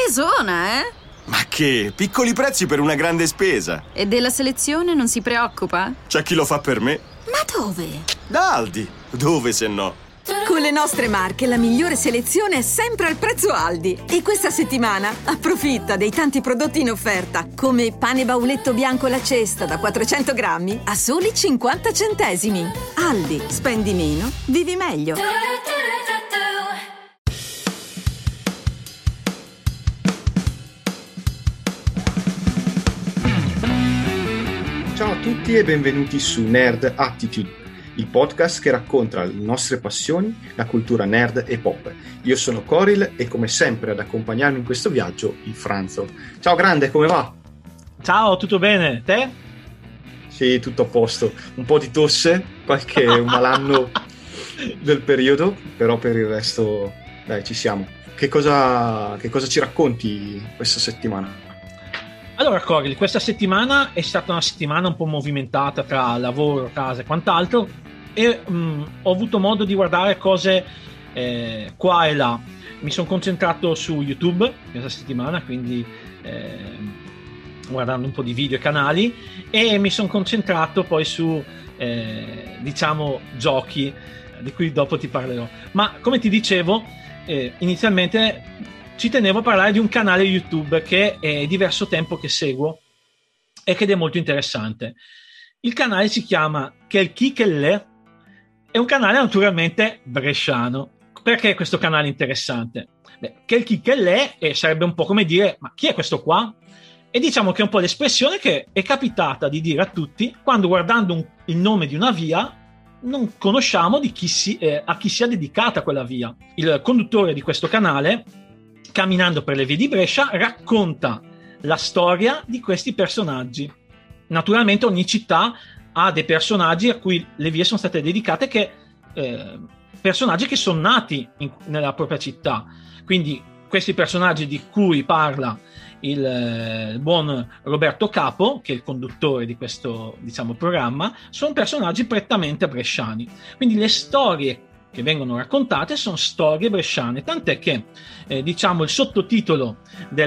Spesona, eh? Ma che? Piccoli prezzi per una grande spesa. E della selezione non si preoccupa? C'è chi lo fa per me. Ma dove? Da Aldi. Dove se no? Con le nostre marche la migliore selezione è sempre al prezzo Aldi. E questa settimana approfitta dei tanti prodotti in offerta, come pane bauletto bianco alla cesta da 400 grammi a soli 50 centesimi. Aldi, spendi meno, vivi meglio. Ciao a tutti e benvenuti su Nerd Attitude, il podcast che racconta le nostre passioni, la cultura nerd e pop. Io sono Coril e come sempre ad accompagnarmi in questo viaggio il Franzo. Ciao grande, come va? Ciao, tutto bene? Te? Sì, tutto a posto. Un po' di tosse, qualche malanno del periodo, però per il resto dai, ci siamo. Che cosa ci racconti questa settimana? Allora, Coril, questa settimana è stata una settimana un po' movimentata tra lavoro, casa e quant'altro e ho avuto modo di guardare cose qua e là. Mi sono concentrato su YouTube questa settimana, quindi guardando un po' di video e canali, e mi sono concentrato poi su diciamo giochi di cui dopo ti parlerò. Ma come ti dicevo, inizialmente ci tenevo a parlare di un canale YouTube che è diverso tempo che seguo ed è molto interessante. Il canale si chiama Quel chi che l'è, è un canale naturalmente bresciano. Perché questo canale è interessante? Quel chi che l'è sarebbe un po' come dire: ma chi è questo qua? E diciamo che è un po' l'espressione che è capitata di dire a tutti quando, guardando il nome di una via, non conosciamo a chi sia dedicata quella via. Il conduttore di questo canale, camminando per le vie di Brescia, racconta la storia di questi personaggi. Naturalmente ogni città ha dei personaggi a cui le vie sono state dedicate, personaggi che sono nati nella propria città. Quindi questi personaggi di cui parla il buon Roberto Capo, che è il conduttore di questo, diciamo, programma, sono personaggi prettamente bresciani. Quindi le storie che vengono raccontate sono storie bresciane, tant'è che diciamo il sottotitolo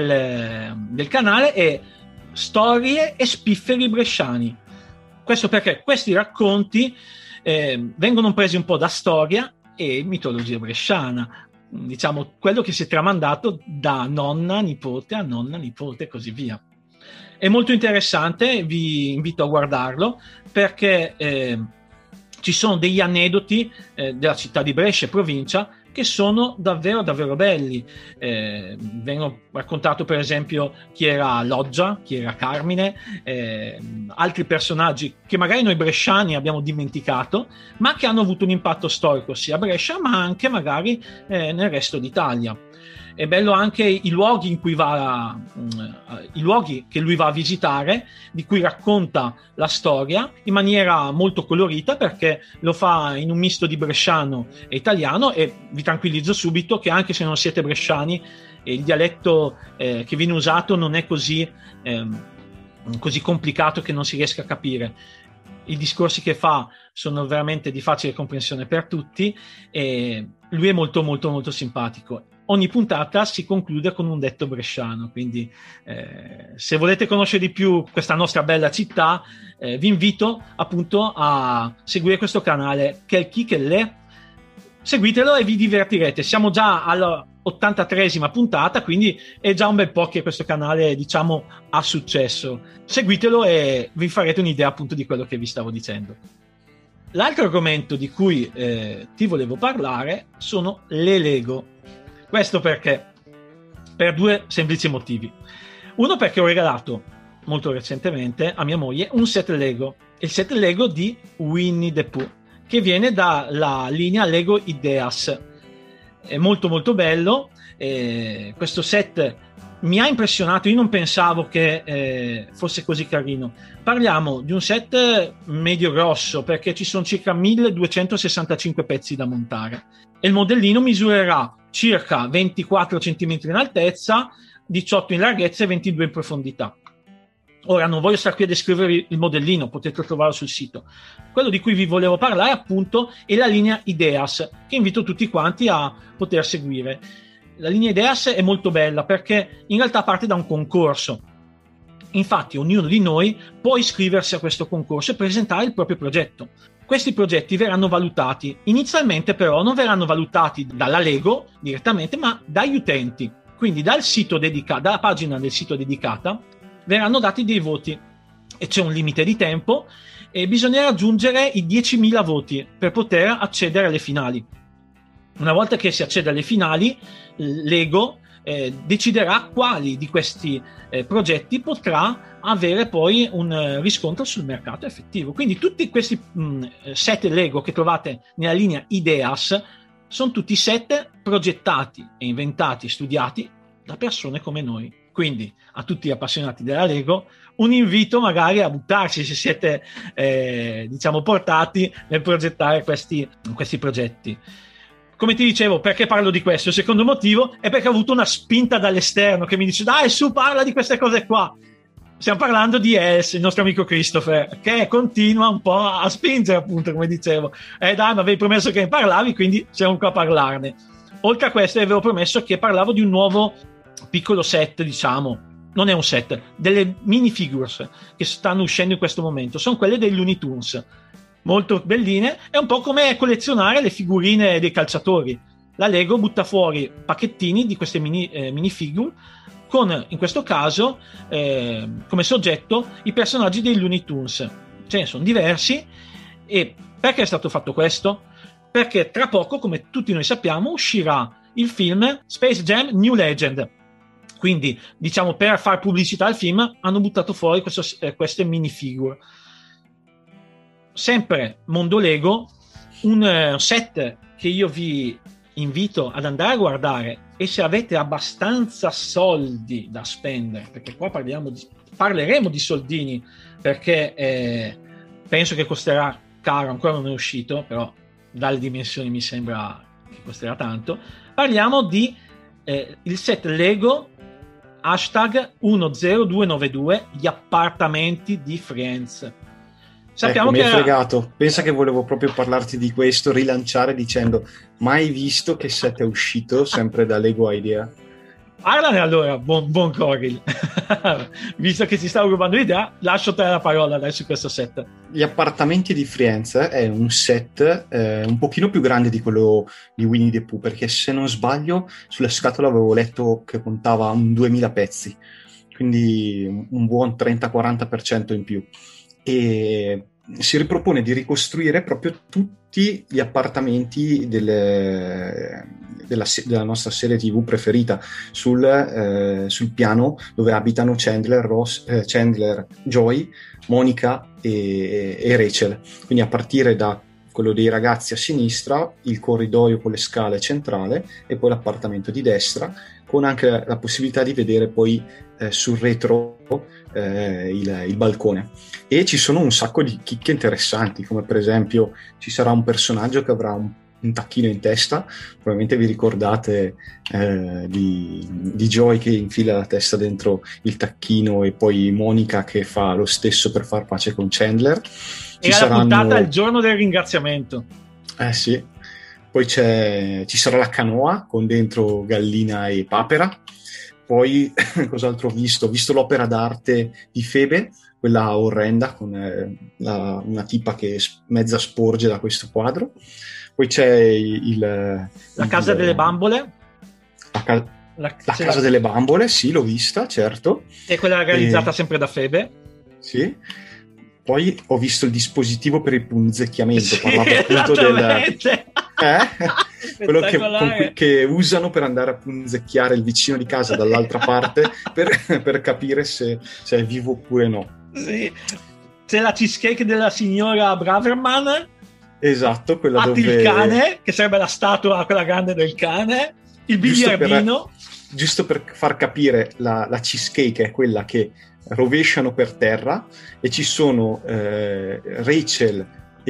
del canale è Storie e spifferi bresciani. Questo perché questi racconti vengono presi un po' da storia e mitologia bresciana, diciamo quello che si è tramandato da nonna nipote a nonna nipote e così via. È molto interessante, vi invito a guardarlo perché ci sono degli aneddoti della città di Brescia e provincia che sono davvero davvero belli. Vengono raccontato per esempio chi era Loggia, chi era Carmine, altri personaggi che magari noi bresciani abbiamo dimenticato, ma che hanno avuto un impatto storico sia a Brescia ma anche magari nel resto d'Italia. È bello anche i luoghi in cui i luoghi che lui va a visitare, di cui racconta la storia in maniera molto colorita, perché lo fa in un misto di bresciano e italiano. E vi tranquillizzo subito che anche se non siete bresciani, il dialetto che viene usato non è così complicato che non si riesca a capire. I discorsi che fa sono veramente di facile comprensione per tutti e lui è molto molto molto simpatico. Ogni puntata si conclude con un detto bresciano, quindi se volete conoscere di più questa nostra bella città, vi invito appunto a seguire questo canale Quel chi che l'è. Seguitelo e vi divertirete. Siamo già alla 83esima puntata, quindi è già un bel po' che questo canale, diciamo, ha successo. Seguitelo e vi farete un'idea appunto di quello che vi stavo dicendo. L'altro argomento di cui ti volevo parlare sono le Lego. Questo perché? Per due semplici motivi. Uno, perché ho regalato molto recentemente a mia moglie un set Lego, il set Lego di Winnie the Pooh, che viene dalla linea Lego Ideas. È molto molto bello, questo set mi ha impressionato, io non pensavo che fosse così carino. Parliamo di un set medio grosso perché ci sono circa 1265 pezzi da montare e il modellino misurerà circa 24 cm in altezza, 18 in larghezza e 22 in profondità. Ora non voglio stare qui a descrivere il modellino, potete trovarlo sul sito. Quello di cui vi volevo parlare appunto è la linea Ideas, che invito tutti quanti a poter seguire. la linea Ideas è molto bella perché in realtà parte da un concorso. Infatti ognuno di noi può iscriversi a questo concorso e presentare il proprio progetto. Questi progetti verranno valutati. Inizialmente però non verranno valutati dalla Lego direttamente, ma dagli utenti. Quindi dal sito dalla pagina del sito dedicata verranno dati dei voti e c'è un limite di tempo e bisogna raggiungere i 10.000 voti per poter accedere alle finali. Una volta che si accede alle finali, Lego deciderà quali di questi progetti potrà avere poi un riscontro sul mercato effettivo. Quindi tutti questi set Lego che trovate nella linea Ideas sono tutti set progettati e inventati, studiati da persone come noi. Quindi a tutti gli appassionati della Lego un invito magari a buttarsi se siete portati nel progettare questi progetti. Come ti dicevo, perché parlo di questo? Il secondo motivo è perché ho avuto una spinta dall'esterno che mi dice dai su, parla di queste cose qua. Stiamo parlando di Els, il nostro amico Christopher, che continua un po' a spingere, appunto, come dicevo. Dai, ma avevi promesso che ne parlavi, quindi siamo qua a parlarne. Oltre a questo avevo promesso che parlavo di un nuovo piccolo set, non è un set, delle minifigures che stanno uscendo in questo momento. Sono quelle dei Looney Tunes. Molto belline, è un po' come collezionare le figurine dei calciatori. La Lego butta fuori pacchettini di queste minifigure con, in questo caso, come soggetto i personaggi dei Looney Tunes. Ce ne sono diversi. E perché è stato fatto questo? Perché tra poco, come tutti noi sappiamo, uscirà il film Space Jam New Legend. Quindi, per far pubblicità al film hanno buttato fuori queste minifigure. Sempre mondo Lego, un set che io vi invito ad andare a guardare, e se avete abbastanza soldi da spendere, perché qua parleremo di soldini, perché penso che costerà caro, ancora non è uscito, però dalle dimensioni mi sembra che costerà tanto. Parliamo di il set Lego #10292, gli appartamenti di Friends. Sappiamo mi che hai fregato. Pensa che volevo proprio parlarti di questo, rilanciare dicendo mai visto che set è uscito sempre da Lego Idea. Parlane allora, buon Coril. Visto che ti stavo rubando l'idea, lascio te la parola adesso su questo set. Gli appartamenti di Friends è un set un pochino più grande di quello di Winnie the Pooh, perché se non sbaglio sulla scatola avevo letto che contava un 2000 pezzi, quindi un buon 30-40% in più. E si ripropone di ricostruire proprio tutti gli appartamenti della nostra serie TV preferita sul piano dove abitano Chandler, Joy, Monica e Rachel. Quindi a partire da quello dei ragazzi a sinistra, il corridoio con le scale centrale e poi l'appartamento di destra, con anche la possibilità di vedere poi sul retro il balcone. E ci sono un sacco di chicche interessanti, come per esempio ci sarà un personaggio che avrà un tacchino in testa, probabilmente vi ricordate di Joy che infila la testa dentro il tacchino, e poi Monica che fa lo stesso per far pace con Chandler. Era la puntata il giorno del ringraziamento. Sì. Poi ci sarà la canoa con dentro gallina e papera. Poi cos'altro ho visto? Ho visto l'opera d'arte di Febe, quella orrenda con una tipa che mezza sporge da questo quadro. Poi c'è la casa delle bambole. La casa delle bambole, sì, l'ho vista, certo. E quella realizzata sempre da Febe. Sì. Poi ho visto il dispositivo per il punzecchiamento, sì, parlavo appunto quello che usano per andare a punzecchiare il vicino di casa dall'altra parte per capire se è vivo oppure no. Sì. C'è la cheesecake della signora Braverman. Esatto, quella dove... il cane, che sarebbe la statua quella grande del cane, il biliardino. Giusto per far capire, la cheesecake è quella che rovesciano per terra e ci sono Rachel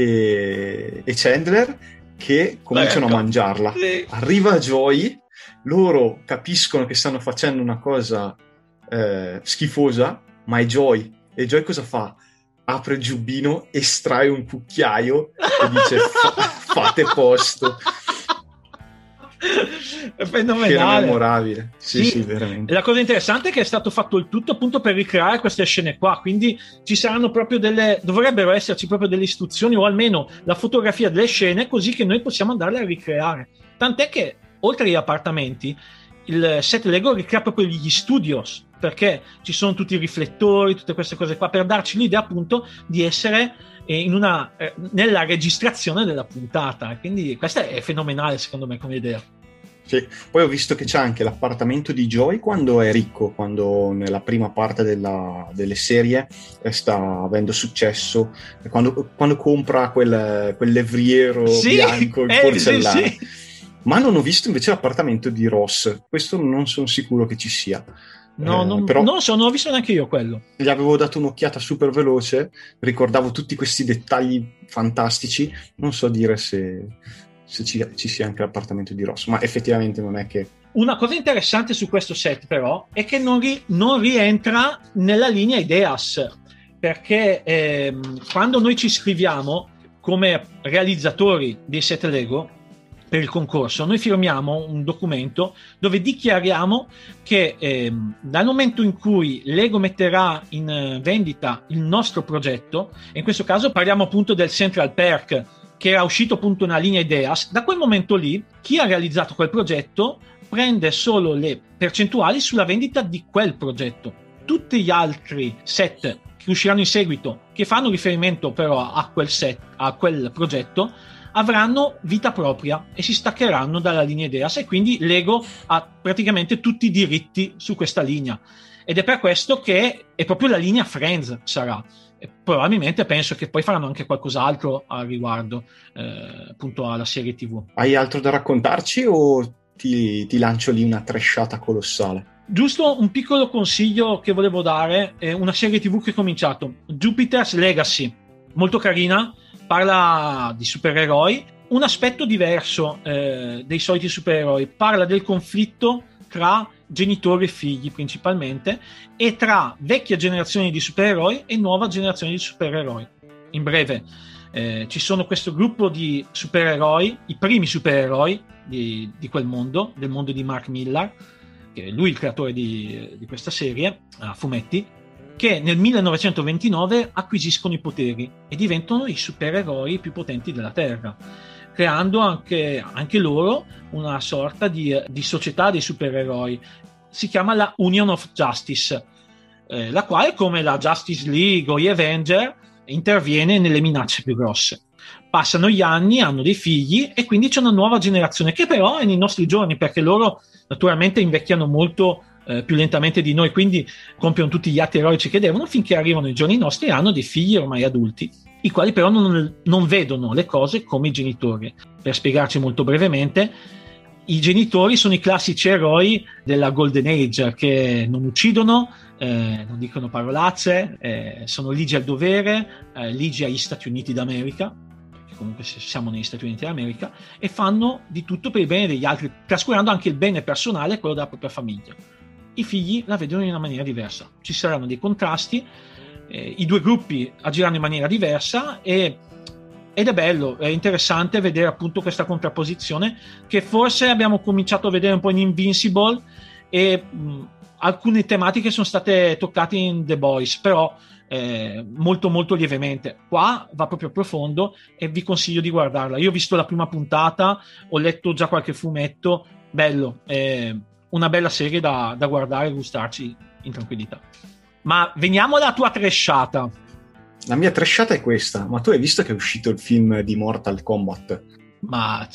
e Chandler che cominciano a mangiarla. Sì. Arriva Joy, loro capiscono che stanno facendo una cosa schifosa, ma è Joy. E Joy cosa fa? Apre il giubbino, estrae un cucchiaio e dice fate posto. È fenomenale. Scena memorabile. Sì, veramente. E la cosa interessante è che è stato fatto il tutto appunto per ricreare queste scene qua, quindi ci saranno proprio dovrebbero esserci proprio delle istruzioni o almeno la fotografia delle scene, così che noi possiamo andarle a ricreare. Tant'è che oltre agli appartamenti il set Lego ricrea proprio gli studios, perché ci sono tutti i riflettori, tutte queste cose qua, per darci l'idea appunto di essere nella registrazione della puntata. Quindi questa è fenomenale secondo me come idea. Sì. Poi ho visto che c'è anche l'appartamento di Joey quando è ricco, quando nella prima parte delle serie sta avendo successo, quando compra quel levriero bianco in porcellana. Sì. Ma non ho visto invece l'appartamento di Ross, questo non sono sicuro che ci sia. No, non ho visto neanche io quello. Gli avevo dato un'occhiata super veloce, ricordavo tutti questi dettagli fantastici, non so dire se ci sia anche l'appartamento di Ross, ma effettivamente non è che... Una cosa interessante su questo set però è che non rientra nella linea Ideas, perché quando noi ci iscriviamo come realizzatori dei set Lego per il concorso, noi firmiamo un documento dove dichiariamo che dal momento in cui Lego metterà in vendita il nostro progetto, e in questo caso parliamo appunto del Central Perk, che era uscito appunto una linea Ideas, da quel momento lì chi ha realizzato quel progetto prende solo le percentuali sulla vendita di quel progetto. Tutti gli altri set che usciranno in seguito, che fanno riferimento però a quel set, a quel progetto, avranno vita propria e si staccheranno dalla linea Ideas, e quindi Lego ha praticamente tutti i diritti su questa linea, ed è per questo che è proprio la linea Friends sarà. E probabilmente penso che poi faranno anche qualcos'altro al riguardo, appunto alla serie TV. Hai altro da raccontarci o ti lancio lì una trashata colossale? Giusto un piccolo consiglio che volevo dare, è una serie TV che ho cominciato, Jupiter's Legacy, molto carina, parla di supereroi, un aspetto diverso dei soliti supereroi, parla del conflitto tra genitori e figli principalmente, e tra vecchia generazione di supereroi e nuova generazione di supereroi. In breve, ci sono questo gruppo di supereroi, i primi supereroi di quel mondo, del mondo di Mark Millar, che è lui il creatore di questa serie a fumetti, che nel 1929 acquisiscono i poteri e diventano i supereroi più potenti della Terra, creando anche loro una sorta di società dei supereroi. Si chiama la Union of Justice, la quale, come la Justice League o gli Avenger, interviene nelle minacce più grosse. Passano gli anni, hanno dei figli, e quindi c'è una nuova generazione che però è nei nostri giorni, perché loro naturalmente invecchiano molto più lentamente di noi, quindi compiono tutti gli atti eroici che devono, finché arrivano i giorni nostri e hanno dei figli ormai adulti, i quali però non vedono le cose come i genitori. Per spiegarci molto brevemente, i genitori sono i classici eroi della Golden Age, che non uccidono, non dicono parolacce, sono ligi al dovere, ligi agli Stati Uniti d'America, perché comunque siamo negli Stati Uniti d'America, e fanno di tutto per il bene degli altri, trascurando anche il bene personale e quello della propria famiglia. I figli la vedono in una maniera diversa, ci saranno dei contrasti, i due gruppi agiranno in maniera diversa, ed è bello, è interessante vedere appunto questa contrapposizione, che forse abbiamo cominciato a vedere un po' in Invincible, e alcune tematiche sono state toccate in The Boys, però molto molto lievemente. Qua va proprio profondo e vi consiglio di guardarla. Io ho visto la prima puntata, ho letto già qualche fumetto, bello, una bella serie da guardare e gustarci in tranquillità. Ma veniamo alla tua trashata. La mia trashata è questa: ma tu hai visto che è uscito il film di Mortal Kombat? Ma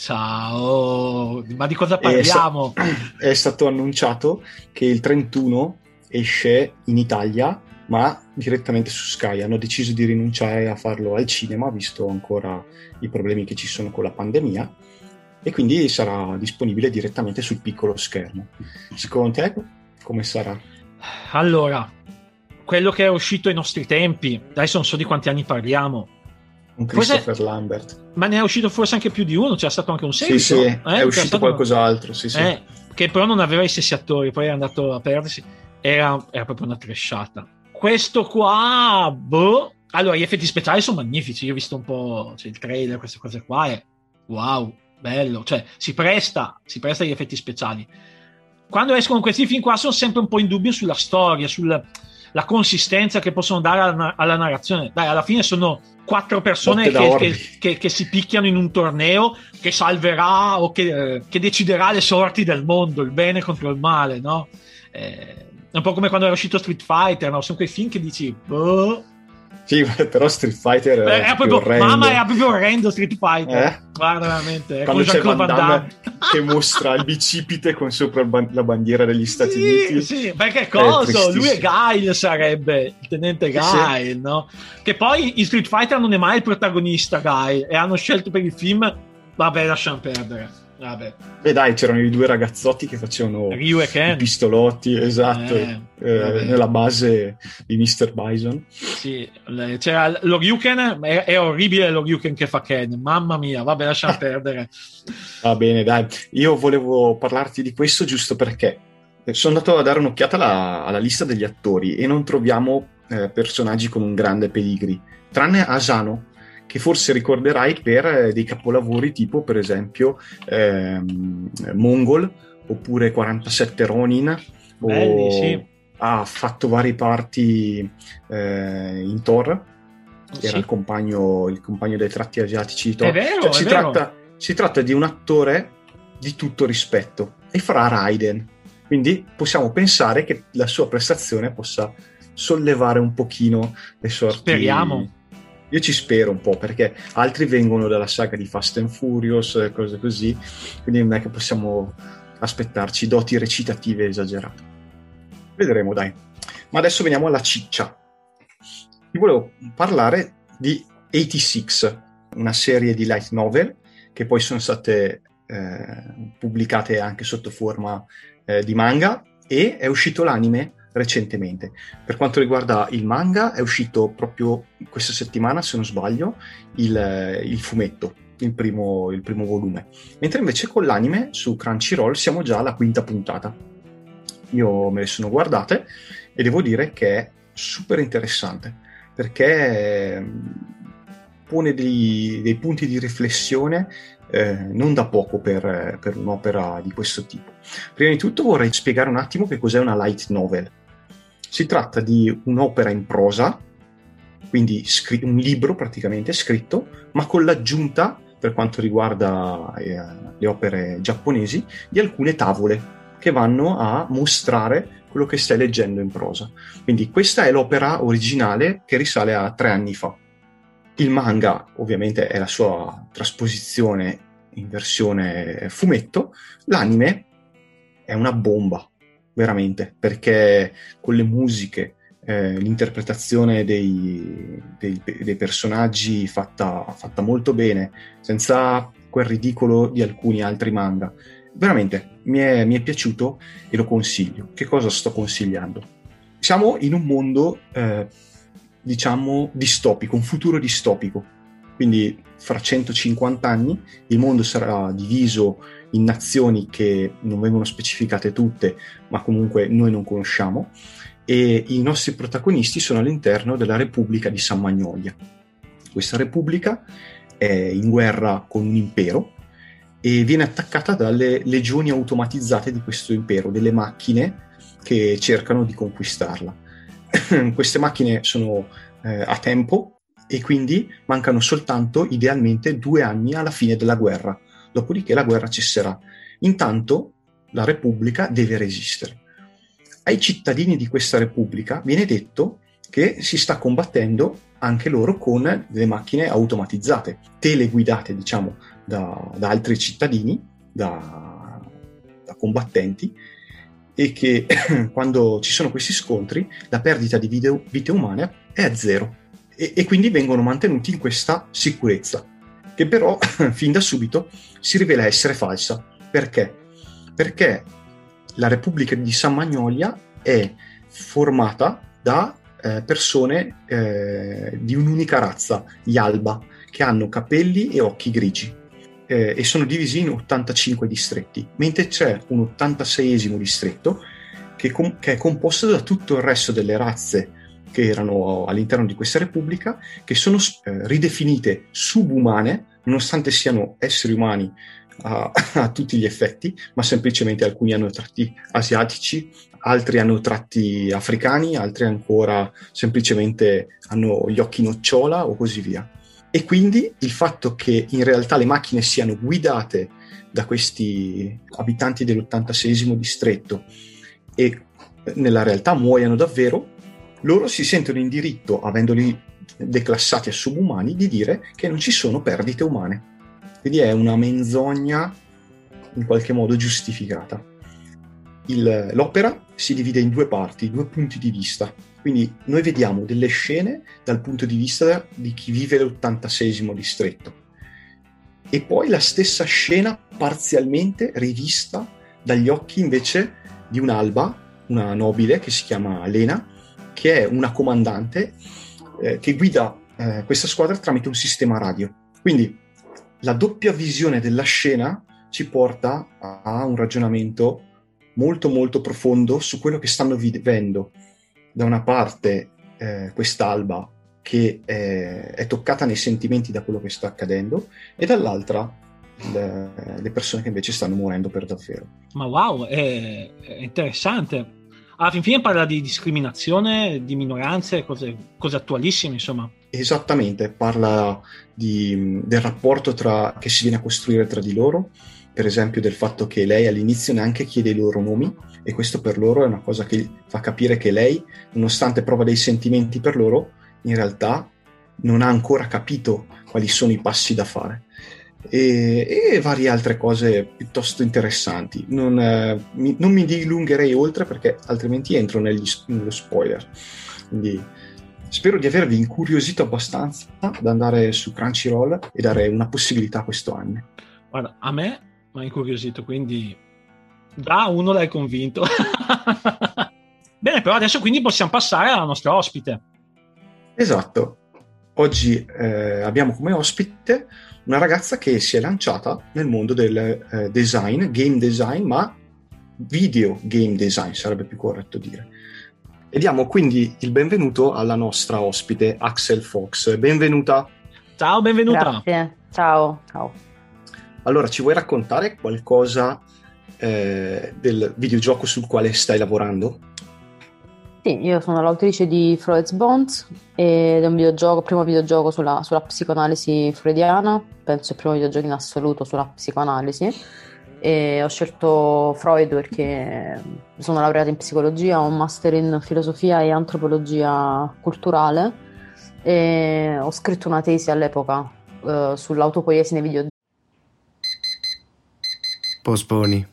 ciao, ma di cosa parliamo? È stato annunciato che il 31 esce in Italia, ma direttamente su Sky. Hanno deciso di rinunciare a farlo al cinema, visto ancora i problemi che ci sono con la pandemia, e quindi sarà disponibile direttamente sul piccolo schermo. Secondo te come sarà? Allora, quello che è uscito ai nostri tempi, adesso non so di quanti anni parliamo, un Christopher Lambert, ma ne è uscito forse anche più di uno, c'era stato anche un seguito. Sì, è uscito qualcos'altro, sì. Che però non aveva i stessi attori, poi è andato a perdersi, era proprio una trashata. Questo qua, allora, gli effetti speciali sono magnifici, io ho visto un po', il trailer, queste cose qua, e wow, bello, cioè si presta agli effetti speciali. Quando escono questi film qua sono sempre un po' in dubbio sulla storia, sulla consistenza che possono dare alla narrazione. Dai, alla fine sono 4 persone che si picchiano in un torneo che salverà o che deciderà le sorti del mondo, il bene contro il male, no? È un po' come quando era uscito Street Fighter, no? Sono quei film che dici, boh. Sì, però Street Fighter è proprio orrendo. Mamma, era proprio orrendo Street Fighter. Guarda, veramente. Quando c'è Van Damme che mostra il bicipite con sopra la bandiera degli Stati Uniti. Sì, perché cosa? Lui è Guile, sarebbe il tenente Guile, sì. No? Che poi in Street Fighter non è mai il protagonista Guile, e hanno scelto per il film, vabbè, lasciamo perdere. Vabbè. Beh dai, c'erano i 2 ragazzotti che facevano Ryu e Ken. I pistolotti, esatto, nella base di Mr. Bison. Sì, c'era lo Ryuken, è orribile lo Ryuken che fa Ken, mamma mia, vabbè, lasciamo perdere. Va bene, dai, io volevo parlarti di questo giusto perché sono andato a dare un'occhiata alla lista degli attori e non troviamo personaggi con un grande pedigree, tranne Asano, che forse ricorderai per dei capolavori tipo per esempio Mongol oppure 47 Ronin. Belli, sì. Ha fatto vari parti in Thor, che era il compagno dei tratti asiatici di Thor. È vero, cioè, si tratta di un attore di tutto rispetto e farà Raiden, quindi possiamo pensare che la sua prestazione possa sollevare un pochino le sorti. Speriamo. Io ci spero un po', perché altri vengono dalla saga di Fast and Furious, cose così, quindi non è che possiamo aspettarci doti recitative esagerate. Vedremo, dai. Ma adesso veniamo alla ciccia. Ti volevo parlare di 86, una serie di light novel che poi sono state pubblicate anche sotto forma di manga, e è uscito l'anime recentemente. Per quanto riguarda il manga, è uscito proprio questa settimana, se non sbaglio, il fumetto, il primo volume, mentre invece con l'anime su Crunchyroll siamo già alla 5ª puntata. Io me le sono guardate e devo dire che è super interessante, perché pone dei punti di riflessione non da poco per un'opera di questo tipo. Prima di tutto vorrei spiegare un attimo che cos'è una light novel. Si tratta di un'opera in prosa, quindi un libro praticamente scritto, ma con l'aggiunta, per quanto riguarda le opere giapponesi, di alcune tavole che vanno a mostrare quello che stai leggendo in prosa. Quindi questa è l'opera originale, che risale a 3 anni fa. Il manga ovviamente è la sua trasposizione in versione fumetto. L'anime è una bomba, veramente, perché con le musiche, l'interpretazione dei personaggi fatta molto bene, senza quel ridicolo di alcuni altri manga. Veramente mi è piaciuto e lo consiglio. Che cosa sto consigliando? Siamo in un mondo diciamo distopico, un futuro distopico, quindi fra 150 anni il mondo sarà diviso in nazioni che non vengono specificate tutte, ma comunque noi non conosciamo, e i nostri protagonisti sono all'interno della Repubblica di San Magnolia. Questa Repubblica è in guerra con un impero e viene attaccata dalle legioni automatizzate di questo impero, delle macchine che cercano di conquistarla. Queste macchine sono a tempo e quindi mancano soltanto idealmente 2 anni alla fine della guerra, dopodiché la guerra cesserà. Intanto la Repubblica deve resistere. Ai cittadini di questa Repubblica viene detto che si sta combattendo anche loro con le macchine automatizzate, teleguidate diciamo da altri cittadini, da combattenti, e che quando ci sono questi scontri la perdita di vite umane è a 0 e quindi vengono mantenuti in questa sicurezza, che però fin da subito si rivela essere falsa. Perché? Perché la Repubblica di San Magnolia è formata da persone di un'unica razza, gli Alba, che hanno capelli e occhi grigi, e sono divisi in 85 distretti, mentre c'è un 86esimo distretto che è composto da tutto il resto delle razze che erano all'interno di questa repubblica, che sono ridefinite subumane, nonostante siano esseri umani a tutti gli effetti, ma semplicemente alcuni hanno tratti asiatici, altri hanno tratti africani, altri ancora semplicemente hanno gli occhi nocciola o così via. E quindi il fatto che in realtà le macchine siano guidate da questi abitanti dell'86° distretto e nella realtà muoiano davvero, loro si sentono in diritto, avendoli declassati a subumani, di dire che non ci sono perdite umane. Quindi è una menzogna in qualche modo giustificata. L'opera si divide in due parti, due punti di vista. Quindi noi vediamo delle scene dal punto di vista di chi vive l'86° distretto. E poi la stessa scena parzialmente rivista dagli occhi invece di un'alba, una nobile che si chiama Lena, che è una comandante che guida questa squadra tramite un sistema radio. Quindi la doppia visione della scena ci porta a un ragionamento molto molto profondo su quello che stanno vivendo. Da una parte quest'alba che è toccata nei sentimenti da quello che sta accadendo, e dall'altra le persone che invece stanno morendo per davvero. Ma wow, è interessante. Alla fin fine parla di discriminazione, di minoranze, cose attualissime, insomma. Esattamente, parla del rapporto che si viene a costruire tra di loro, per esempio del fatto che lei all'inizio neanche chiede i loro nomi, e questo per loro è una cosa che fa capire che lei, nonostante prova dei sentimenti per loro, in realtà non ha ancora capito quali sono i passi da fare. E varie altre cose piuttosto interessanti. Non mi dilungherei oltre, perché altrimenti entro nello spoiler. Quindi spero di avervi incuriosito abbastanza da andare su Crunchyroll e dare una possibilità a questo anime. Guarda, a me mi ha incuriosito, quindi da uno l'hai convinto. Bene, però adesso quindi possiamo passare alla nostra ospite. Esatto. Oggi abbiamo come ospite una ragazza che si è lanciata nel mondo del design, game design, ma video game design sarebbe più corretto dire. E diamo quindi il benvenuto alla nostra ospite, Axel Fox. Benvenuta. Ciao, benvenuta. Grazie, ciao. Allora, ci vuoi raccontare qualcosa del videogioco sul quale stai lavorando? Sì, io sono l'autrice di Freud's Bonds ed è un videogioco, il primo videogioco sulla psicoanalisi freudiana, penso il primo videogioco in assoluto sulla psicoanalisi, e ho scelto Freud perché sono laureata in psicologia, ho un master in filosofia e antropologia culturale e ho scritto una tesi all'epoca sull'autopoiesi nei videogiochi. Posponi.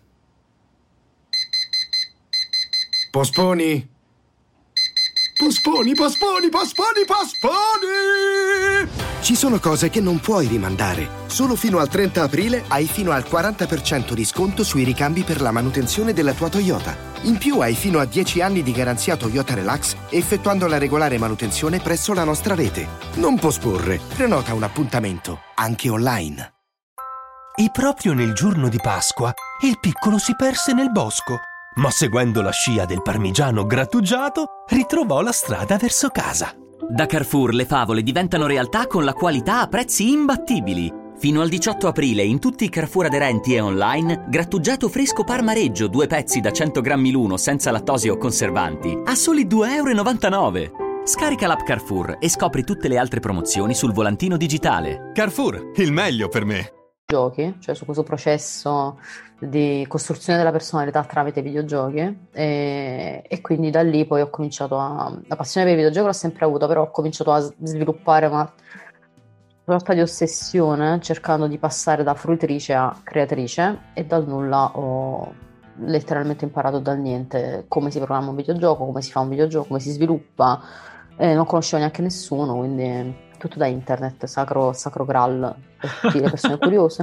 Ci sono cose che non puoi rimandare. Solo fino al 30 aprile hai fino al 40% di sconto sui ricambi per la manutenzione della tua Toyota. In più hai fino a 10 anni di garanzia Toyota Relax effettuando la regolare manutenzione presso la nostra rete. Non posporre, prenota un appuntamento, anche online. E proprio nel giorno di Pasqua il piccolo si perse nel bosco, ma seguendo la scia del parmigiano grattugiato ritrovò la strada verso casa. Da Carrefour le favole diventano realtà con la qualità a prezzi imbattibili. Fino al 18 aprile in tutti i Carrefour aderenti e online, grattugiato fresco Parma-Reggio, 2 pezzi da 100 grammi l'uno senza lattosio o conservanti, a soli 2,99 €. Scarica l'app Carrefour e scopri tutte le altre promozioni sul volantino digitale. Carrefour, il meglio per me. Giochi, cioè su questo processo di costruzione della personalità tramite videogiochi e quindi da lì poi ho cominciato la passione per i videogiochi l'ho sempre avuta, però ho cominciato a sviluppare una sorta di ossessione cercando di passare da fruitrice a creatrice, e dal nulla ho letteralmente imparato dal niente come si programma un videogioco, come si fa un videogioco, come si sviluppa, non conoscevo neanche nessuno, quindi tutto da internet, sacro graal per tutte le persone curiose.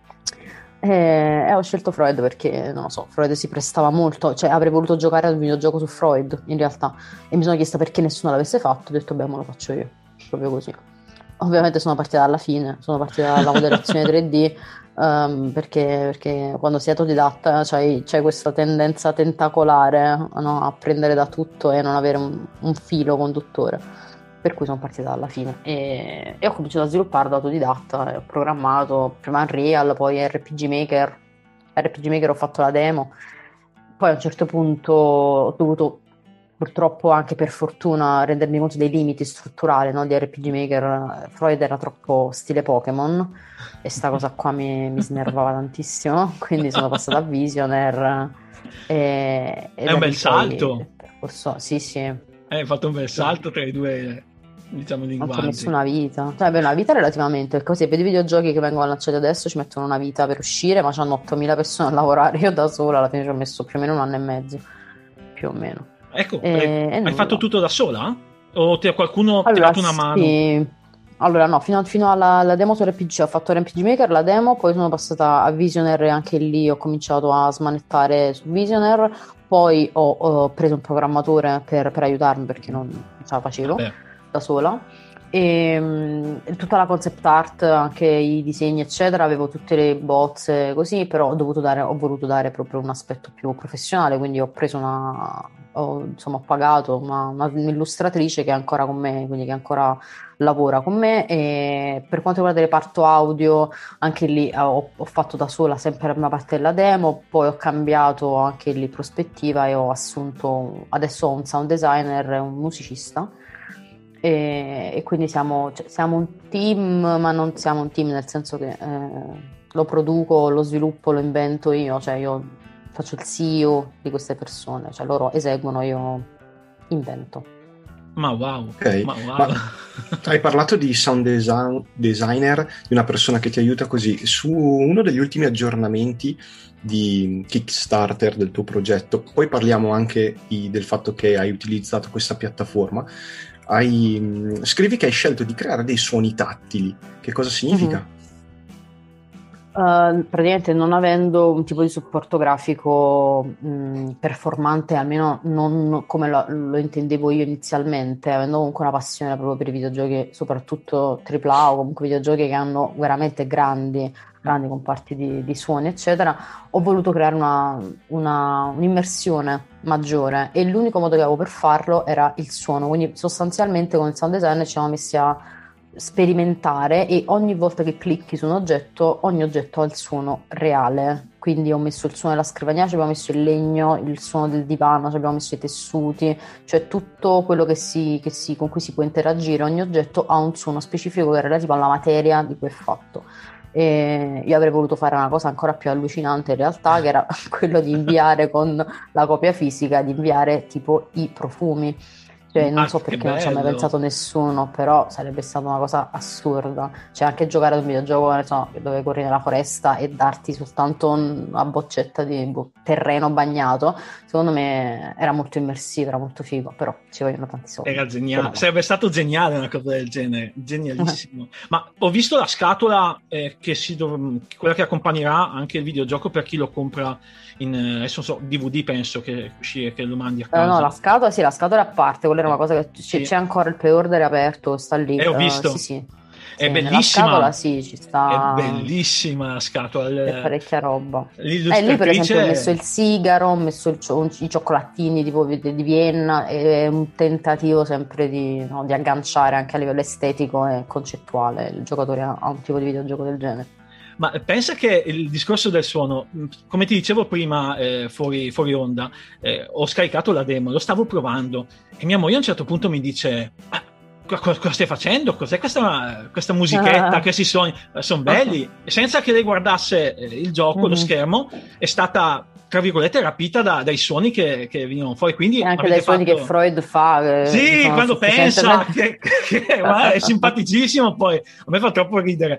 E ho scelto Freud perché, non lo so, Freud si prestava molto, cioè avrei voluto giocare ad un videogioco su Freud in realtà, e mi sono chiesta perché nessuno l'avesse fatto, ho detto beh, me lo faccio io, proprio così. Ovviamente sono partita dalla fine, sono partita dalla modellazione 3D, perché quando sei autodidatta c'hai questa tendenza tentacolare, no, a prendere da tutto e non avere un filo conduttore. per cui sono partita dalla fine e ho cominciato a sviluppare da autodidatta, ho programmato prima Unreal, poi RPG Maker ho fatto la demo, poi a un certo punto ho dovuto purtroppo anche per fortuna rendermi conto dei limiti strutturali, no, di RPG Maker. Freud era troppo stile Pokémon e sta cosa qua mi snervava tantissimo, quindi sono passata a Visionaire e è un bel salto. Sì. Hai fatto un bel salto tra i due, diciamo, linguaggi. Non ci ho messo una vita, cioè una vita relativamente, così per i videogiochi che vengono lanciati adesso ci mettono una vita per uscire, ma c'hanno 8.000 persone a lavorare, io da sola alla fine ci ho messo più o meno 1 anno e mezzo, più o meno. Ecco, hai fatto tutto da sola? O qualcuno ti ha dato una mano? Sì. Allora no, fino alla demo su RPG ho fatto RPG Maker, la demo, poi sono passata a Visionaire e anche lì ho cominciato a smanettare su Visionaire, poi ho preso un programmatore per aiutarmi perché non ce la facevo da sola. E tutta la concept art, anche i disegni eccetera, avevo tutte le bozze così, però ho voluto dare proprio un aspetto più professionale, quindi ho preso ho pagato un'illustratrice che è ancora con me, quindi che ancora lavora con me. E per quanto riguarda il reparto audio, anche lì ho fatto da sola sempre la prima parte della demo, poi ho cambiato anche lì prospettiva e adesso ho un sound designer e un musicista. E quindi siamo un team, ma non siamo un team nel senso che lo produco, lo sviluppo, lo invento io, cioè io faccio il CEO di queste persone, cioè loro eseguono, io invento. Ma wow, okay. Ma hai parlato di sound designer, di una persona che ti aiuta così. Su uno degli ultimi aggiornamenti di Kickstarter del tuo progetto, poi parliamo anche del fatto che hai utilizzato questa piattaforma, scrivi che hai scelto di creare dei suoni tattili. Che cosa significa? Mm-hmm. Praticamente non avendo un tipo di supporto grafico performante, almeno non come lo intendevo io inizialmente, avendo comunque una passione proprio per i videogiochi, soprattutto AAA o comunque videogiochi che hanno veramente grandi comparti di suoni eccetera, ho voluto creare un'immersione maggiore e l'unico modo che avevo per farlo era il suono, quindi sostanzialmente con il sound design ci siamo messi a sperimentare e ogni volta che clicchi su un oggetto, ogni oggetto ha il suono reale, quindi ho messo il suono della scrivania, ci abbiamo messo il legno, il suono del divano, ci abbiamo messo i tessuti, cioè tutto quello con cui si può interagire, ogni oggetto ha un suono specifico che è relativo alla materia di cui è fatto. E io avrei voluto fare una cosa ancora più allucinante in realtà, che era quello di inviare con la copia fisica, di inviare tipo i profumi. Cioè, non so perché non ci ha mai pensato nessuno, però sarebbe stata una cosa assurda. Cioè, anche giocare ad un videogioco dove corri nella foresta e darti soltanto una boccetta di terreno bagnato, secondo me era molto immersivo, era molto figo, però ci vogliono tanti soldi. Era geniale, sarebbe stato geniale una cosa del genere, genialissimo. Ma ho visto la scatola quella che accompagnerà anche il videogioco per chi lo compra adesso non so, DVD penso che lo mandi a casa. No, la scatola è a parte, quella era una cosa che c'è ancora il pre-order aperto, sta lì. Ho visto. Sì. È bellissima. La scatola ci sta. È bellissima la scatola. È parecchia roba. Lì per esempio ho messo il sigaro, ho messo i cioccolatini tipo di Vienna, è un tentativo sempre di agganciare anche a livello estetico e concettuale il giocatore a un tipo di videogioco del genere. Ma pensa che il discorso del suono, come ti dicevo prima fuori onda, ho scaricato la demo, lo stavo provando e mia moglie a un certo punto mi dice cosa stai facendo? Cos'è questa musichetta, questi suoni? Sono belli. Senza che lei guardasse il gioco, lo schermo, è stata tra virgolette rapita dai suoni che venivano fuori, quindi e anche dai suoni che Freud fa sì, quando pensa che è simpaticissimo, poi a me fa troppo ridere.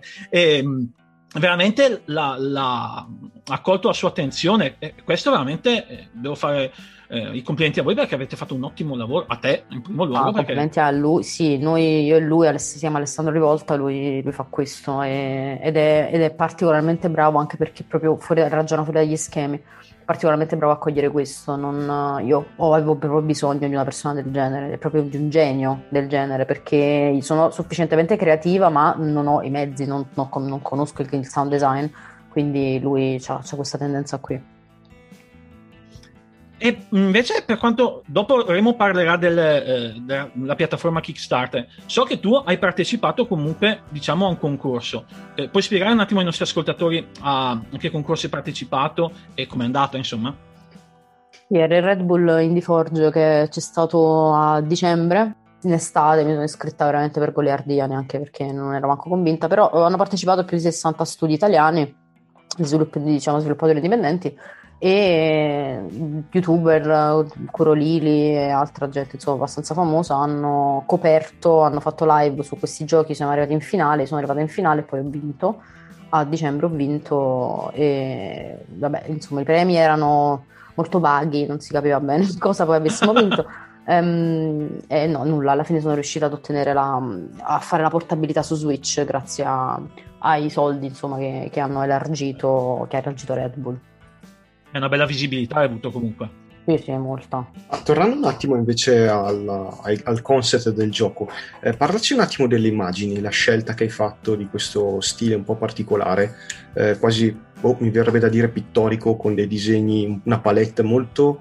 Veramente l'ha accolto la sua attenzione e questo veramente devo fare i complimenti a voi perché avete fatto un ottimo lavoro, a te in primo luogo. Complimenti a lui, sì, io e lui siamo Alessandro Rivolta, lui fa questo ed è particolarmente bravo anche perché proprio ragiona fuori dagli schemi, particolarmente bravo a cogliere questo. Io avevo proprio bisogno di una persona del genere, proprio di un genio del genere, perché sono sufficientemente creativa ma non ho i mezzi, non conosco il sound design, quindi lui c'ha questa tendenza qui. E invece, per quanto dopo Remo parlerà della piattaforma Kickstarter, so che tu hai partecipato comunque, diciamo, a un concorso. Puoi spiegare un attimo ai nostri ascoltatori a che concorso hai partecipato e com'è andato, insomma? Era il Red Bull Indie Forge che c'è stato a dicembre. In estate mi sono iscritta veramente per goliardia, neanche perché non ero manco convinta, però hanno partecipato più di 60 studi italiani, sviluppatori indipendenti, e youtuber, Curolili e altra gente insomma abbastanza famosa hanno coperto, hanno fatto live su questi giochi. Siamo arrivati in finale, sono arrivata in finale e poi ho vinto. A dicembre ho vinto e vabbè, insomma i premi erano molto vaghi, non si capiva bene cosa poi avessimo vinto. E no, nulla, alla fine sono riuscita ad ottenere a fare la portabilità su Switch grazie ai soldi insomma che ha elargito Red Bull. È una bella visibilità hai avuto comunque. Sì, molta. Tornando un attimo invece al concept del gioco, parlaci un attimo delle immagini, la scelta che hai fatto di questo stile un po' particolare, quasi, mi verrebbe da dire pittorico, con dei disegni, una palette molto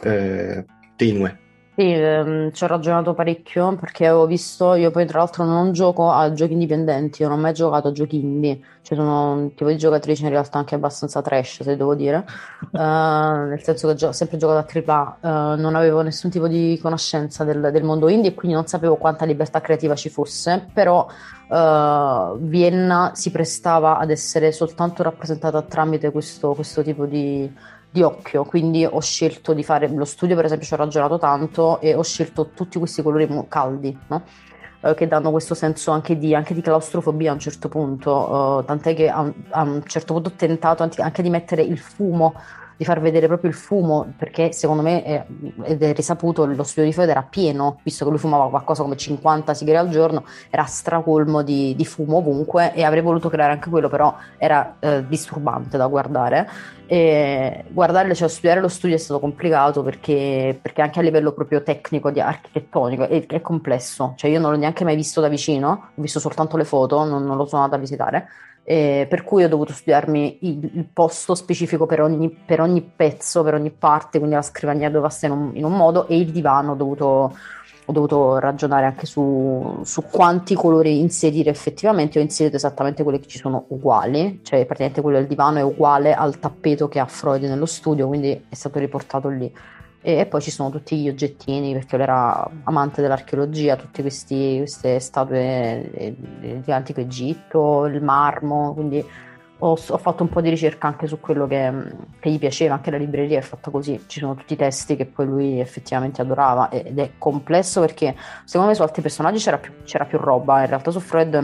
tenue. Sì, ci ho ragionato parecchio perché avevo visto, io poi tra l'altro non gioco a giochi indipendenti, io non ho mai giocato a giochi indie, cioè sono un tipo di giocatrice in realtà anche abbastanza trash, se devo dire, nel senso che ho sempre giocato a AAA, non avevo nessun tipo di conoscenza del mondo indie e quindi non sapevo quanta libertà creativa ci fosse, però Vienna si prestava ad essere soltanto rappresentata tramite questo tipo di occhio, quindi ho scelto di fare lo studio, per esempio ci ho ragionato tanto e ho scelto tutti questi colori caldi, no? Che danno questo senso anche di claustrofobia a un certo punto, tant'è che a un certo punto ho tentato anche di mettere il fumo, di far vedere proprio il fumo, perché secondo me ed è risaputo, lo studio di Freud era pieno, visto che lui fumava qualcosa come 50 sigari al giorno, era stracolmo di fumo ovunque e avrei voluto creare anche quello, però era disturbante da guardare. E guardarle, cioè studiare lo studio è stato complicato perché anche a livello proprio tecnico, architettonico è complesso, cioè io non l'ho neanche mai visto da vicino, ho visto soltanto le foto, non lo sono andata a visitare, per cui ho dovuto studiarmi il posto specifico per ogni pezzo, per ogni parte, quindi la scrivania doveva stare in un modo e il divano ho dovuto ragionare anche su quanti colori inserire effettivamente. Ho inserito esattamente quelli che ci sono uguali, cioè praticamente quello del divano è uguale al tappeto che ha Freud nello studio, quindi è stato riportato lì. E poi ci sono tutti gli oggettini, perché lui era amante dell'archeologia, tutte queste statue di antico Egitto, il marmo, quindi ho fatto un po' di ricerca anche su quello che gli piaceva. Anche la libreria è fatta così, ci sono tutti i testi che poi lui effettivamente adorava ed è complesso perché secondo me su altri personaggi c'era più roba, in realtà su Freud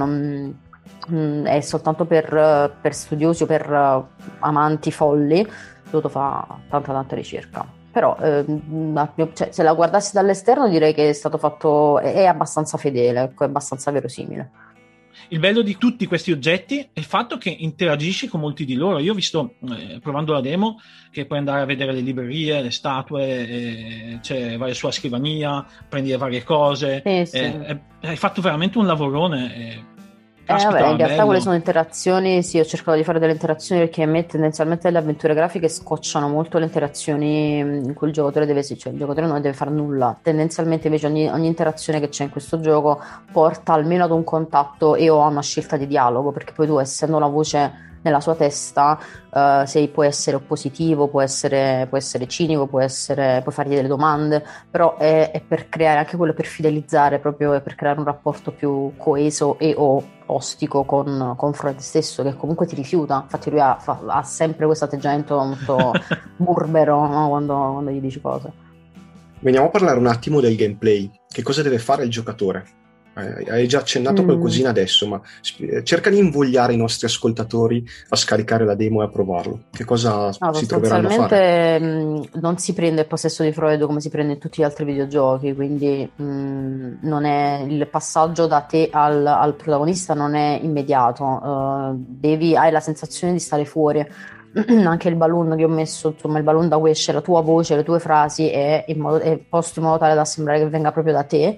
è soltanto per studiosi o per amanti folli, ho dovuto fare tanta ricerca. Però cioè, se la guardassi dall'esterno direi che è stato fatto, è abbastanza fedele, ecco, è abbastanza verosimile. Il bello di tutti questi oggetti è il fatto che interagisci con molti di loro. Io ho visto, provando la demo, che puoi andare a vedere le librerie, le statue, vai sulla scrivania, prendi le varie cose. Sì. Hai fatto veramente un lavorone. Vabbè, in realtà quelle sono interazioni, sì, ho cercato di fare delle interazioni perché a me tendenzialmente le avventure grafiche scocciano molto le interazioni in cui il giocatore cioè il giocatore non deve fare nulla. Tendenzialmente invece ogni interazione che c'è in questo gioco porta almeno ad un contatto e o a una scelta di dialogo, perché poi tu, essendo la voce nella sua testa, può essere oppositivo, può essere cinico, puoi fargli delle domande, però è per creare anche quello, per fidelizzare proprio, e per creare un rapporto più coeso e o ostico con Freud stesso, che comunque ti rifiuta. Infatti lui ha sempre questo atteggiamento molto burbero, no? quando gli dici cose. Veniamo a parlare un attimo del gameplay. Che cosa deve fare il giocatore? Hai già accennato qualcosina adesso, ma cerca di invogliare i nostri ascoltatori a scaricare la demo e a provarlo. Che cosa si troveranno a fare? Non si prende il possesso di Freud come si prende in tutti gli altri videogiochi, quindi non è il passaggio da te al protagonista, non è immediato. Hai la sensazione di stare fuori. Anche il balloon che ho messo, insomma il balloon da cui esce la tua voce, le tue frasi è posto in modo tale da sembrare che venga proprio da te.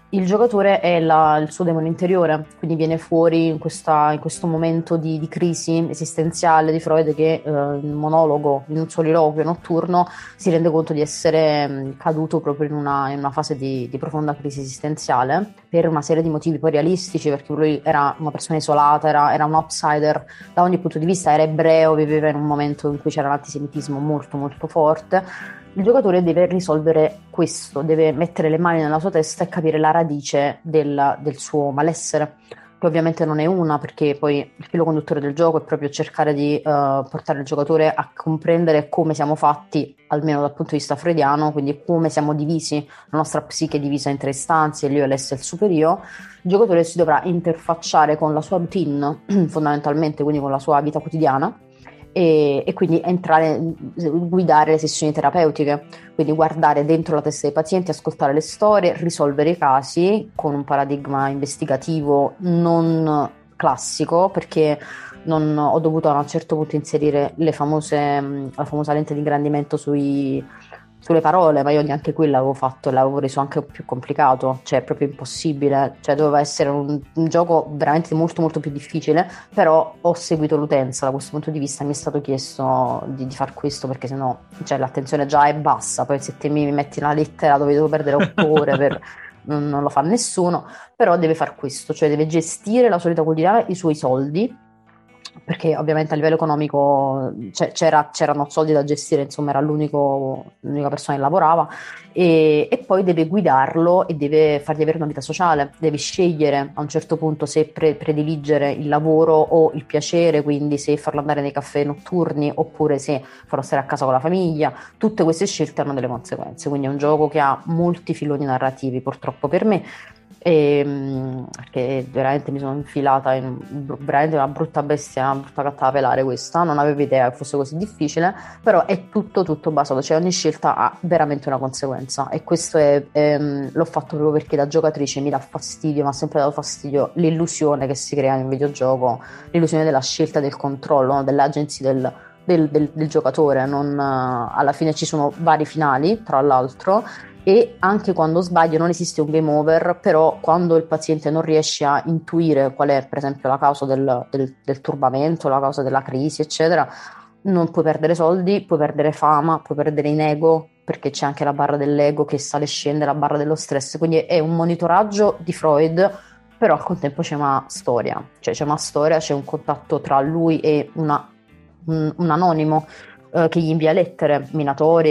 Il giocatore è il suo demone interiore, quindi viene fuori in questo momento di crisi esistenziale di Freud che in monologo, in un soliloquio notturno, si rende conto di essere caduto proprio in una fase di profonda crisi esistenziale per una serie di motivi poi realistici, perché lui era una persona isolata, era un outsider da ogni punto di vista, era ebreo, viveva in un momento in cui c'era l'antisemitismo molto molto forte. Il giocatore deve risolvere questo, deve mettere le mani nella sua testa e capire la radice del suo malessere, che ovviamente non è una, perché poi il filo conduttore del gioco è proprio cercare di portare il giocatore a comprendere come siamo fatti, almeno dal punto di vista freudiano, quindi come siamo divisi, la nostra psiche è divisa in 3 istanze, l'io, l'esse e il superio. Il giocatore si dovrà interfacciare con la sua routine, fondamentalmente, quindi con la sua vita quotidiana, e quindi guidare le sessioni terapeutiche, quindi guardare dentro la testa dei pazienti, ascoltare le storie, risolvere i casi con un paradigma investigativo non classico, perché non ho dovuto a un certo punto inserire la famosa lente di ingrandimento sulle parole, ma io neanche quella avevo fatto e l'avevo reso anche più complicato, cioè proprio impossibile, cioè doveva essere un gioco veramente molto molto più difficile, però ho seguito l'utenza da questo punto di vista, mi è stato chiesto di far questo, perché sennò cioè, l'attenzione già è bassa, poi se te mi metti una lettera dove devo perdere 8 ore non lo fa nessuno, però deve far questo, cioè deve gestire la sua vita quotidiana, i suoi soldi, perché ovviamente a livello economico c'erano soldi da gestire, insomma era l'unica persona che lavorava, e poi deve guidarlo e deve fargli avere una vita sociale, deve scegliere a un certo punto se prediligere il lavoro o il piacere, quindi se farlo andare nei caffè notturni oppure se farlo stare a casa con la famiglia. Tutte queste scelte hanno delle conseguenze, quindi è un gioco che ha molti filoni narrativi, purtroppo per me, perché veramente mi sono infilata in veramente una brutta bestia, una brutta gatta da pelare questa, non avevo idea che fosse così difficile, però è tutto basato, cioè ogni scelta ha veramente una conseguenza, e questo l'ho fatto proprio perché da giocatrice mi dà fastidio, mi ha sempre dato fastidio l'illusione che si crea in un videogioco, l'illusione della scelta, del controllo, no? Dell'agency del giocatore. Alla fine ci sono vari finali, tra l'altro, e anche quando sbaglio non esiste un game over, però quando il paziente non riesce a intuire qual è per esempio la causa del turbamento, la causa della crisi eccetera, non puoi perdere soldi, puoi perdere fama, puoi perdere in ego, perché c'è anche la barra dell'ego che sale e scende, la barra dello stress, quindi è un monitoraggio di Freud, però al contempo c'è una storia, c'è un contatto tra lui e un anonimo che gli invia lettere minatorie,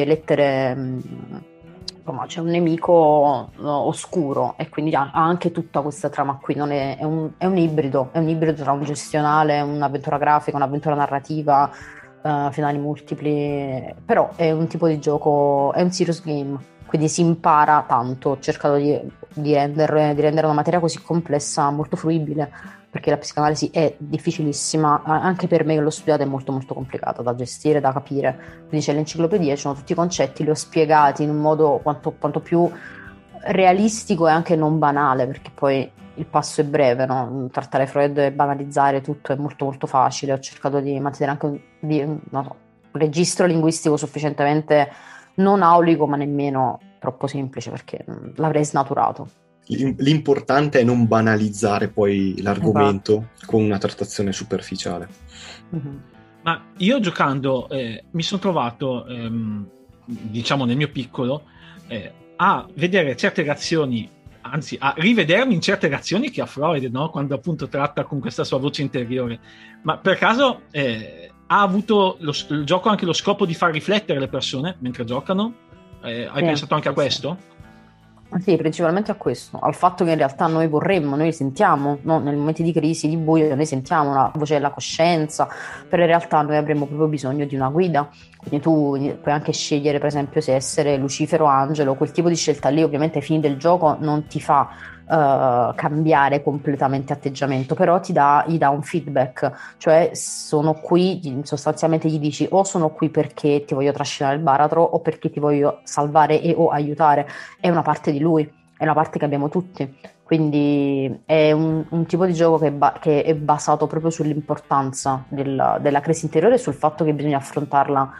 insomma c'è un nemico oscuro, e quindi ha anche tutta questa trama qui. Non è un ibrido tra un gestionale, un'avventura grafica, un'avventura narrativa, finali multipli, però è un tipo di gioco, è un serious game, quindi si impara tanto. Ho cercato di rendere una materia così complessa molto fruibile, perché la psicanalisi è difficilissima, anche per me che l'ho studiata è molto molto complicata da gestire, da capire, quindi c'è l'enciclopedia, ci sono tutti i concetti, li ho spiegati in un modo quanto più realistico e anche non banale, perché poi il passo è breve, no? Trattare Freud e banalizzare tutto è molto molto facile. Ho cercato di mantenere anche un registro linguistico sufficientemente non aulico ma nemmeno troppo semplice, perché l'avrei snaturato. L'importante è non banalizzare poi l'argomento con una trattazione superficiale. Mm-hmm. Ma io giocando mi sono trovato, diciamo nel mio piccolo, a vedere certe reazioni, anzi a rivedermi in certe reazioni che ha Freud, no? Quando appunto tratta con questa sua voce interiore. Ma per caso ha avuto il gioco anche lo scopo di far riflettere le persone mentre giocano? Hai pensato anche a questo? Sì, principalmente a questo, al fatto che in realtà noi sentiamo, no? Nei momenti di crisi, di buio, noi sentiamo la voce della coscienza, però in realtà noi avremmo proprio bisogno di una guida. Quindi tu puoi anche scegliere per esempio se essere Lucifero o Angelo, quel tipo di scelta lì ovviamente ai fini del gioco non ti fa cambiare completamente atteggiamento, però gli dà un feedback, cioè sono qui, sostanzialmente gli dici o sono qui perché ti voglio trascinare il baratro o perché ti voglio salvare o aiutare. È una parte di lui, è una parte che abbiamo tutti, quindi è un tipo di gioco che è basato proprio sull'importanza della crisi interiore e sul fatto che bisogna affrontarla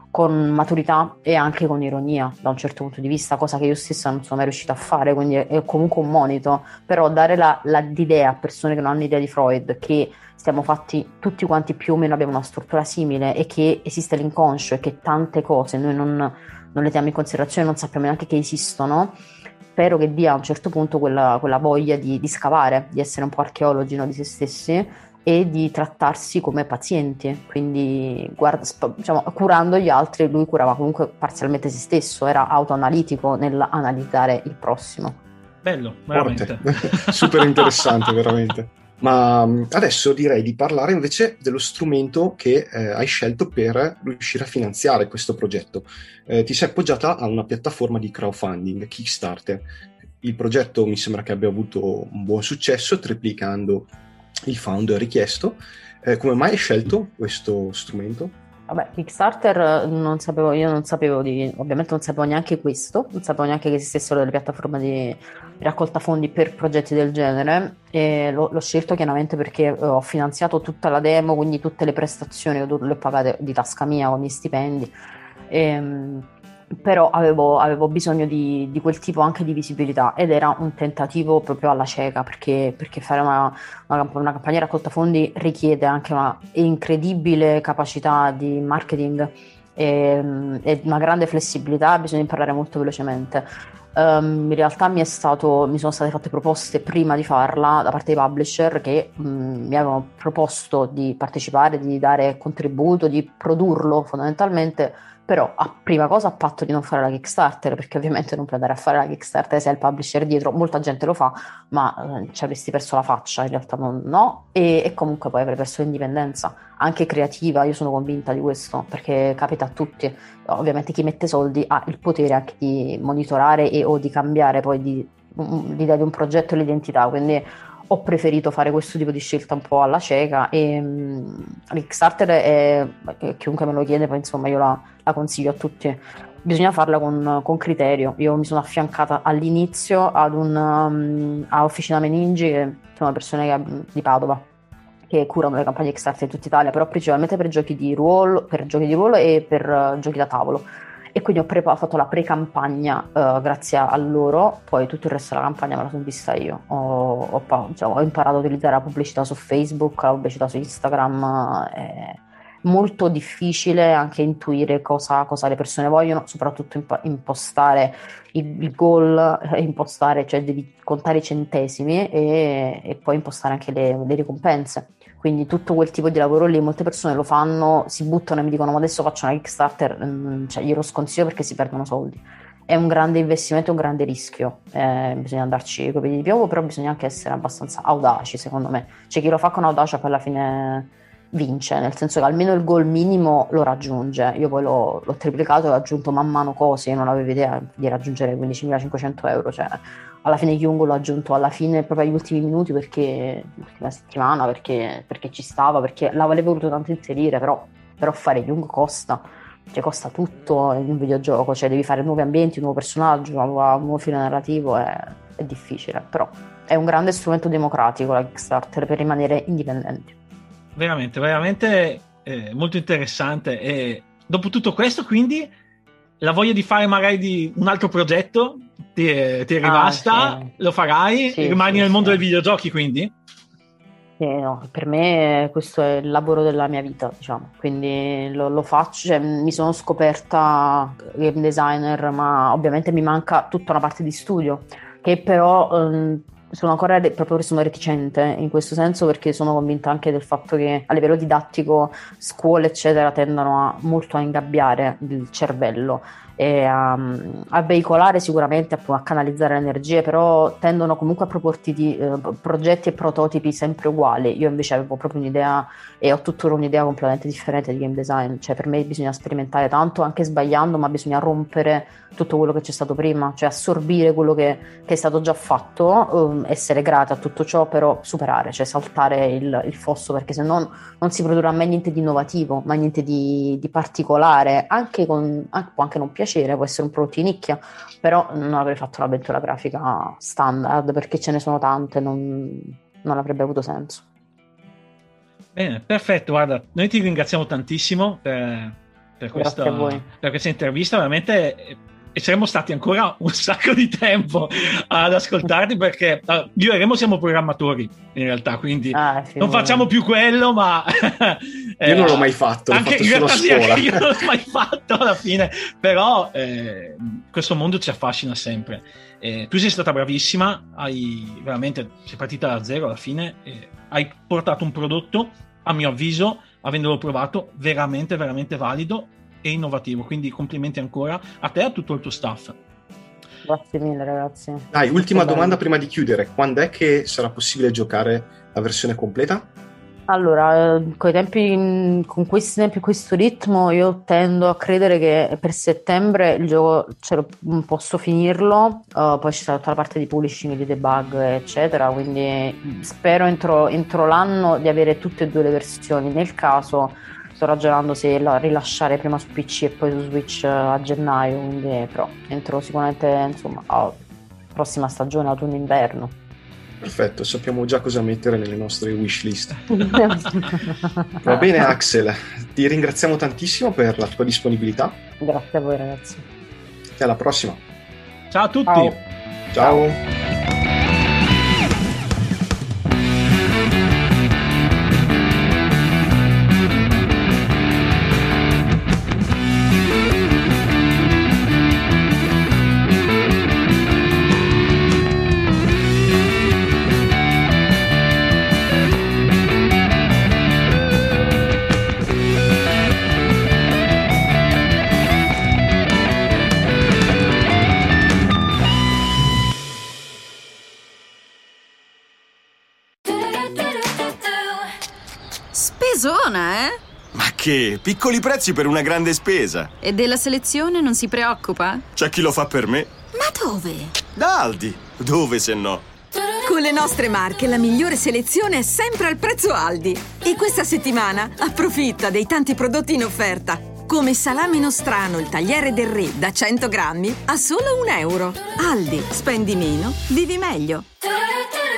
con maturità e anche con ironia da un certo punto di vista, cosa che io stessa non sono mai riuscita a fare, quindi è comunque un monito. Però dare l'idea a persone che non hanno idea di Freud che siamo fatti tutti quanti più o meno, abbiamo una struttura simile e che esiste l'inconscio e che tante cose noi non le teniamo in considerazione, non sappiamo neanche che esistono, spero che dia a un certo punto quella voglia di scavare, di essere un po' archeologi, no, di se stessi, e di trattarsi come pazienti. Quindi diciamo, curando gli altri, lui curava comunque parzialmente se stesso, era autoanalitico nell'analizzare il prossimo. Bello, veramente. Super interessante, veramente. Ma adesso direi di parlare invece dello strumento che hai scelto per riuscire a finanziare questo progetto. Ti sei appoggiata a una piattaforma di crowdfunding, Kickstarter. Il progetto mi sembra che abbia avuto un buon successo, triplicando il found richiesto. Come mai hai scelto questo strumento? Vabbè, Kickstarter ovviamente non sapevo neanche questo, non sapevo neanche che esistessero delle piattaforme di raccolta fondi per progetti del genere, e l'ho scelto chiaramente perché ho finanziato tutta la demo, quindi tutte le prestazioni le ho pagate di tasca mia con i miei stipendi, però avevo bisogno di quel tipo anche di visibilità, ed era un tentativo proprio alla cieca, perché fare una campagna di raccolta fondi richiede anche una incredibile capacità di marketing e una grande flessibilità, bisogna imparare molto velocemente. In realtà mi sono state fatte proposte prima di farla da parte dei publisher che mi avevano proposto di partecipare, di dare contributo, di produrlo fondamentalmente, però a prima cosa a patto di non fare la Kickstarter, perché ovviamente non puoi andare a fare la Kickstarter se hai il publisher dietro. Molta gente lo fa, ma ci avresti perso la faccia, in realtà no, e comunque poi avrei perso l'indipendenza anche creativa. Io sono convinta di questo, perché capita a tutti. Ovviamente chi mette soldi ha il potere anche di monitorare o di cambiare poi l'idea di un progetto e l'identità, quindi ho preferito fare questo tipo di scelta un po' alla cieca. E Kickstarter chiunque me lo chiede, poi insomma io la consiglio a tutti. Bisogna farla con criterio. Io mi sono affiancata all'inizio a Officina Meningi, che sono persone di Padova che curano le campagne Kickstarter in tutta Italia, però principalmente per giochi di ruolo e per giochi da tavolo. E quindi ho fatto la pre-campagna grazie a loro, poi tutto il resto della campagna me la sono vista io. Ho imparato a utilizzare la pubblicità su Facebook, la pubblicità su Instagram. È molto difficile anche intuire cosa le persone vogliono, soprattutto impostare il goal, cioè devi contare i centesimi e poi impostare anche le ricompense. Quindi tutto quel tipo di lavoro lì, molte persone lo fanno, si buttano e mi dicono ma adesso faccio una Kickstarter, cioè glielo sconsiglio perché si perdono soldi. È un grande investimento, un grande rischio, bisogna andarci coi piedi di piombo, però bisogna anche essere abbastanza audaci, secondo me. Cioè chi lo fa con audacia poi alla fine vince, nel senso che almeno il goal minimo lo raggiunge. Io poi l'ho triplicato e ho aggiunto man mano cose, io non avevo idea di raggiungere 15.500 euro, cioè alla fine Jung l'ho aggiunto alla fine, proprio agli ultimi minuti, perché l'ultima settimana, perché ci stava, perché l'avevo voluto tanto inserire, però fare Jung costa tutto in un videogioco, cioè devi fare nuovi ambienti, un nuovo personaggio, un nuovo filo narrativo, è difficile, però è un grande strumento democratico la Kickstarter per rimanere indipendenti. Veramente molto interessante. E dopo tutto questo, quindi la voglia di fare magari un altro progetto ti è rimasta? Sì. Lo farai? Sì, rimani nel mondo dei videogiochi, quindi? No, per me questo è il lavoro della mia vita, diciamo, quindi lo faccio, cioè, mi sono scoperta game designer, ma ovviamente mi manca tutta una parte di studio, che però sono reticente in questo senso, perché sono convinta anche del fatto che a livello didattico scuole eccetera tendono molto a ingabbiare il cervello e a veicolare sicuramente, a canalizzare le energie, però tendono comunque a proporti progetti e prototipi sempre uguali. Io invece avevo proprio un'idea, e ho tuttora un'idea completamente differente di game design, cioè per me bisogna sperimentare tanto, anche sbagliando, ma bisogna rompere tutto quello che c'è stato prima, cioè assorbire quello che è stato già fatto, essere grata a tutto ciò, però superare, cioè saltare il fosso, perché se no non si produrrà mai niente di innovativo, mai niente di particolare, può anche non piacere, può essere un prodotto di nicchia, però non avrei fatto un'avventura grafica standard, perché ce ne sono tante, non avrebbe avuto senso. Bene, perfetto, guarda, noi ti ringraziamo tantissimo per per Grazie a voi. per questa intervista, veramente. E saremmo stati ancora un sacco di tempo ad ascoltarti, perché io e Remo siamo programmatori in realtà, quindi non facciamo più quello, ma io non l'ho mai fatto, l'ho fatto solo a scuola. Io non l'ho mai fatto alla fine, però questo mondo ci affascina sempre. Tu sei stata bravissima, sei partita da zero alla fine, hai portato un prodotto, a mio avviso, avendolo provato, veramente veramente valido e innovativo, quindi complimenti ancora a te e a tutto il tuo staff. Grazie mille, ragazzi. Dai, ultima domanda prima di chiudere: quando è che sarà possibile giocare la versione completa? Allora, con questi tempi, questo ritmo, io tendo a credere che per settembre il gioco posso finirlo, poi ci sarà tutta la parte di publishing, di debug, eccetera, quindi spero entro l'anno di avere tutte e due le versioni. Nel caso sto ragionando se rilasciare prima su PC e poi su Switch a gennaio, quindi però entro sicuramente, insomma, prossima stagione, autunno-inverno. Perfetto, sappiamo già cosa mettere nelle nostre wishlist. Va bene Axel, ti ringraziamo tantissimo per la tua disponibilità. Grazie a voi ragazzi. E alla prossima. Ciao a tutti. Ciao. Spesona, eh? Ma che? Piccoli prezzi per una grande spesa. E della selezione non si preoccupa? C'è chi lo fa per me. Ma dove? Da Aldi. Dove se no? Con le nostre marche la migliore selezione è sempre al prezzo Aldi. E questa settimana approfitta dei tanti prodotti in offerta, come salame nostrano, il tagliere del re da 100 grammi a solo €1. Aldi, spendi meno, vivi meglio.